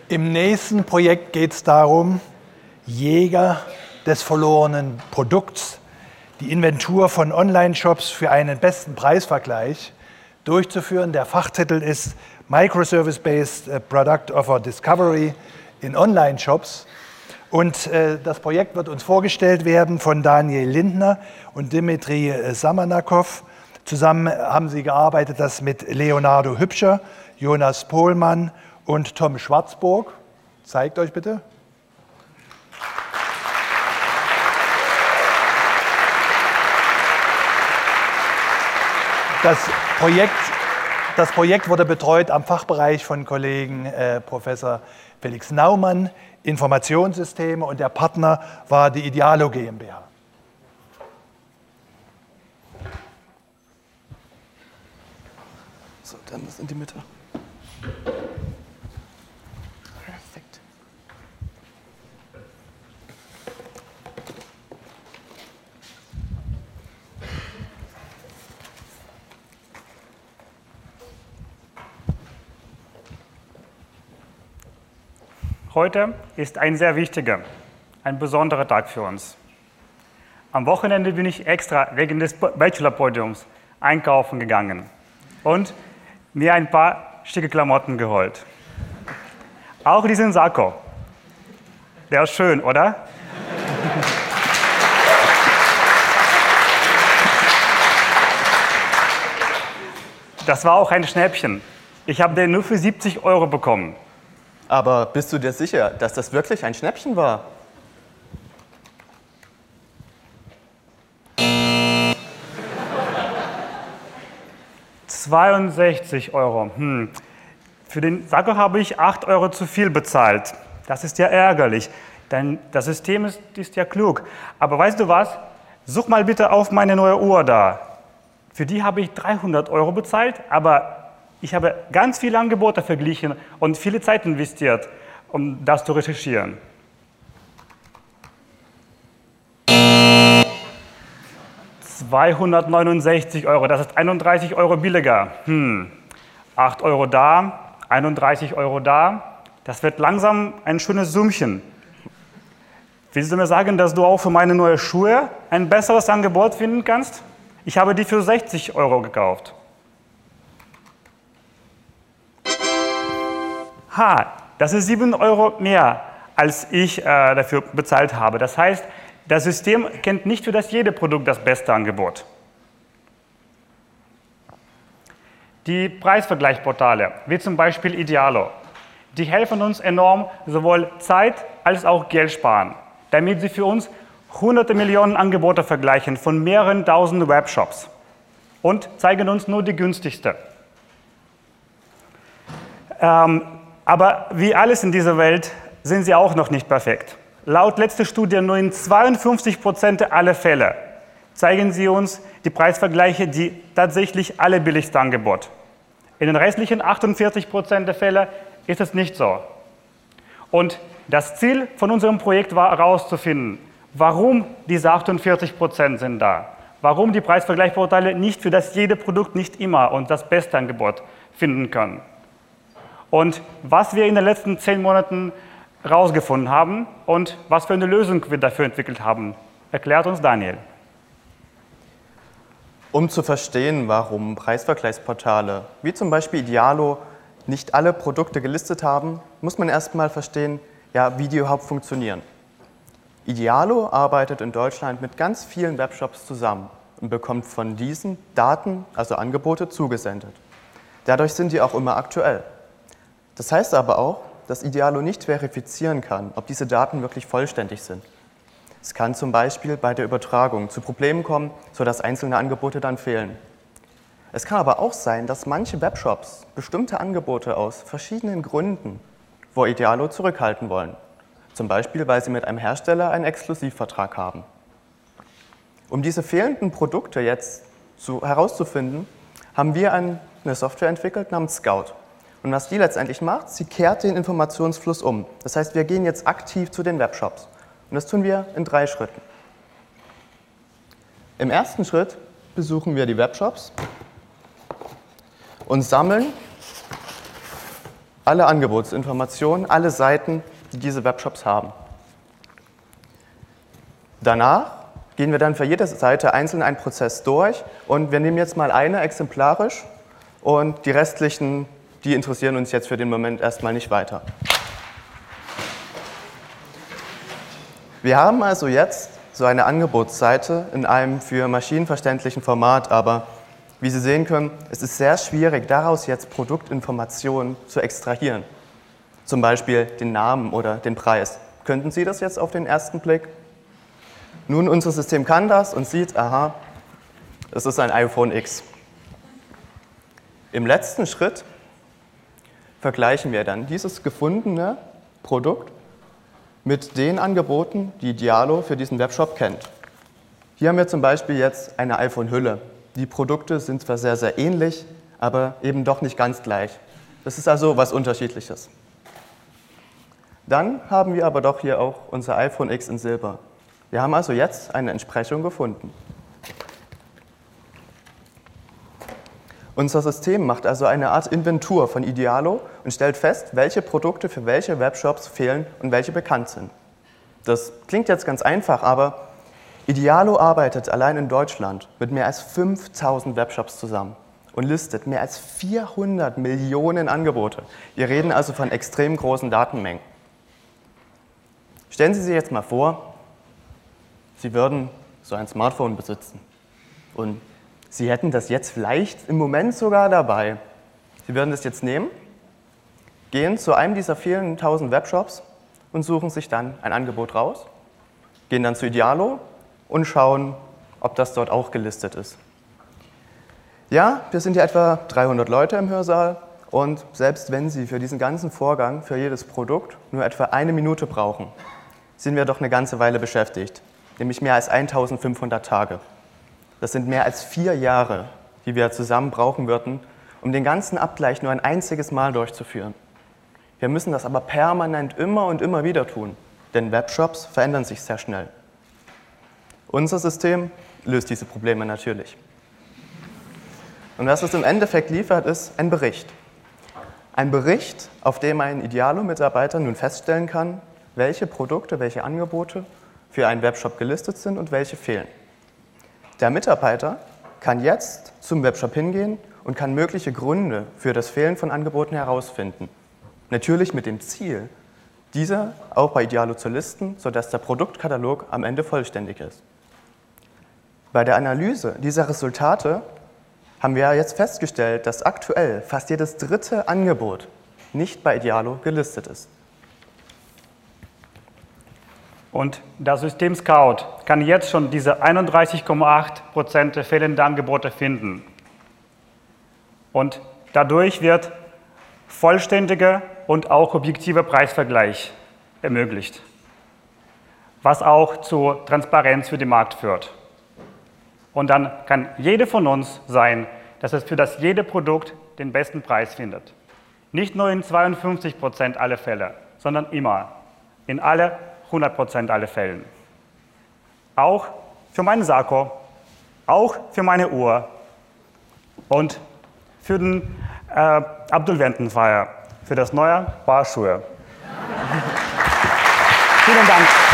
Im nächsten Projekt geht es darum, Jäger des verlorenen Produkts, die Inventur von Online-Shops für einen besten Preisvergleich durchzuführen. Der Fachtitel ist Microservice-Based Product Offer Discovery in Online-Shops. Und das Projekt wird uns vorgestellt werden von Daniel Lindner und Dimitri Samanakow. Zusammen haben sie gearbeitet, das mit Leonardo Hübscher, Jonas Pohlmann und Tom Schwarzburg. Zeigt euch bitte. Das Projekt wurde betreut am Fachbereich von Kollegen Professor Felix Naumann, Informationssysteme, und der Partner war die Idealo GmbH. So, dann ist in die Mitte. Perfekt. Heute ist ein sehr wichtiger, ein besonderer Tag für uns. Am Wochenende bin ich extra wegen des Bachelor-Podiums einkaufen gegangen und mir ein paar schicke Klamotten geholt. Auch diesen Sakko. Der ist schön, oder? Das war auch ein Schnäppchen. Ich habe den nur für 70 € bekommen. Aber bist du dir sicher, dass das wirklich ein Schnäppchen war? €62. Für den Sakko habe ich 8 € zu viel bezahlt. Das ist ja ärgerlich, denn das System ist ja klug. Aber weißt du was? Such mal bitte auf meine neue Uhr da. Für die habe ich 300 € bezahlt, aber ich habe ganz viele Angebote verglichen und viele Zeit investiert, um das zu recherchieren. €269, das ist 31 € billiger. 8 € da, 31 € da. Das wird langsam ein schönes Summchen. Willst du mir sagen, dass du auch für meine neuen Schuhe ein besseres Angebot finden kannst? Ich habe die für 60 € gekauft. Das ist 7 € mehr, als ich dafür bezahlt habe. Das heißt, das System kennt nicht für jede Produkt das beste Angebot. Die Preisvergleichsportale, wie zum Beispiel Idealo, die helfen uns enorm, sowohl Zeit als auch Geld sparen, damit sie für uns hunderte Millionen Angebote vergleichen von mehreren tausend Webshops und zeigen uns nur die günstigste. Aber wie alles in dieser Welt sind sie auch noch nicht perfekt. Laut letzter Studie nur in 52% aller Fälle zeigen sie uns die Preisvergleiche, die tatsächlich alle billigste Angebot. In den restlichen 48% der Fälle ist es nicht so. Und das Ziel von unserem Projekt war herauszufinden, warum diese 48% sind da. Warum die Preisvergleichsportale nicht für jede Produkt nicht immer und das beste Angebot finden können. Und was wir in den letzten 10 Monaten herausgefunden haben und was für eine Lösung wir dafür entwickelt haben, erklärt uns Daniel. Um zu verstehen, warum Preisvergleichsportale wie zum Beispiel Idealo nicht alle Produkte gelistet haben, muss man erstmal verstehen, wie die überhaupt funktionieren. Idealo arbeitet in Deutschland mit ganz vielen Webshops zusammen und bekommt von diesen Daten, also Angebote, zugesendet. Dadurch sind die auch immer aktuell. Das heißt aber auch, dass Idealo nicht verifizieren kann, ob diese Daten wirklich vollständig sind. Es kann zum Beispiel bei der Übertragung zu Problemen kommen, sodass einzelne Angebote dann fehlen. Es kann aber auch sein, dass manche Webshops bestimmte Angebote aus verschiedenen Gründen vor Idealo zurückhalten wollen. Zum Beispiel, weil sie mit einem Hersteller einen Exklusivvertrag haben. Um diese fehlenden Produkte jetzt herauszufinden, haben wir eine Software entwickelt namens Scout. Und was die letztendlich macht, sie kehrt den Informationsfluss um. Das heißt, wir gehen jetzt aktiv zu den Webshops. Und das tun wir in 3 Schritten. Im ersten Schritt besuchen wir die Webshops und sammeln alle Angebotsinformationen, alle Seiten, die diese Webshops haben. Danach gehen wir dann für jede Seite einzeln einen Prozess durch und wir nehmen jetzt mal eine exemplarisch und die restlichen, die interessieren uns jetzt für den Moment erstmal nicht weiter. Wir haben also jetzt so eine Angebotsseite in einem für Maschinen verständlichen Format, aber wie Sie sehen können, es ist sehr schwierig, daraus jetzt Produktinformationen zu extrahieren. Zum Beispiel den Namen oder den Preis. Könnten Sie das jetzt auf den ersten Blick? Nun, unser System kann das und sieht, aha, es ist ein iPhone X. Im letzten Schritt vergleichen wir dann dieses gefundene Produkt mit den Angeboten, die Idealo für diesen Webshop kennt. Hier haben wir zum Beispiel jetzt eine iPhone-Hülle. Die Produkte sind zwar sehr, sehr ähnlich, aber eben doch nicht ganz gleich. Das ist also was Unterschiedliches. Dann haben wir aber doch hier auch unser iPhone X in Silber. Wir haben also jetzt eine Entsprechung gefunden. Unser System macht also eine Art Inventur von Idealo und stellt fest, welche Produkte für welche Webshops fehlen und welche bekannt sind. Das klingt jetzt ganz einfach, aber Idealo arbeitet allein in Deutschland mit mehr als 5000 Webshops zusammen und listet mehr als 400 Millionen Angebote. Wir reden also von extrem großen Datenmengen. Stellen Sie sich jetzt mal vor, Sie würden so ein Smartphone besitzen und Sie hätten das jetzt vielleicht im Moment sogar dabei. Sie würden das jetzt nehmen, gehen zu einem dieser vielen tausend Webshops und suchen sich dann ein Angebot raus, gehen dann zu Idealo und schauen, ob das dort auch gelistet ist. Ja, wir sind ja etwa 300 Leute im Hörsaal und selbst wenn Sie für diesen ganzen Vorgang, für jedes Produkt nur etwa 1 Minute brauchen, sind wir doch eine ganze Weile beschäftigt, nämlich mehr als 1500 Tage. Das sind mehr als 4 Jahre, die wir zusammen brauchen würden, um den ganzen Abgleich nur ein einziges Mal durchzuführen. Wir müssen das aber permanent immer und immer wieder tun, denn Webshops verändern sich sehr schnell. Unser System löst diese Probleme natürlich. Und was es im Endeffekt liefert, ist ein Bericht. Ein Bericht, auf dem ein Idealo-Mitarbeiter nun feststellen kann, welche Produkte, welche Angebote für einen Webshop gelistet sind und welche fehlen. Der Mitarbeiter kann jetzt zum Webshop hingehen und kann mögliche Gründe für das Fehlen von Angeboten herausfinden. Natürlich mit dem Ziel, diese auch bei Idealo zu listen, sodass der Produktkatalog am Ende vollständig ist. Bei der Analyse dieser Resultate haben wir jetzt festgestellt, dass aktuell fast jedes 3. Angebot nicht bei Idealo gelistet ist. Und das System Scout kann jetzt schon diese 31,8% der fehlenden Angebote finden. Und dadurch wird vollständiger und auch objektiver Preisvergleich ermöglicht, was auch zu Transparenz für den Markt führt. Und dann kann jeder von uns sein, dass es für das jede Produkt den besten Preis findet. Nicht nur in 52% aller Fälle, sondern immer, in alle 100% aller Fällen. Auch für meinen Sakko, auch für meine Uhr und für den Absolventenfeier, für das neue Paar Schuhe. Vielen Dank.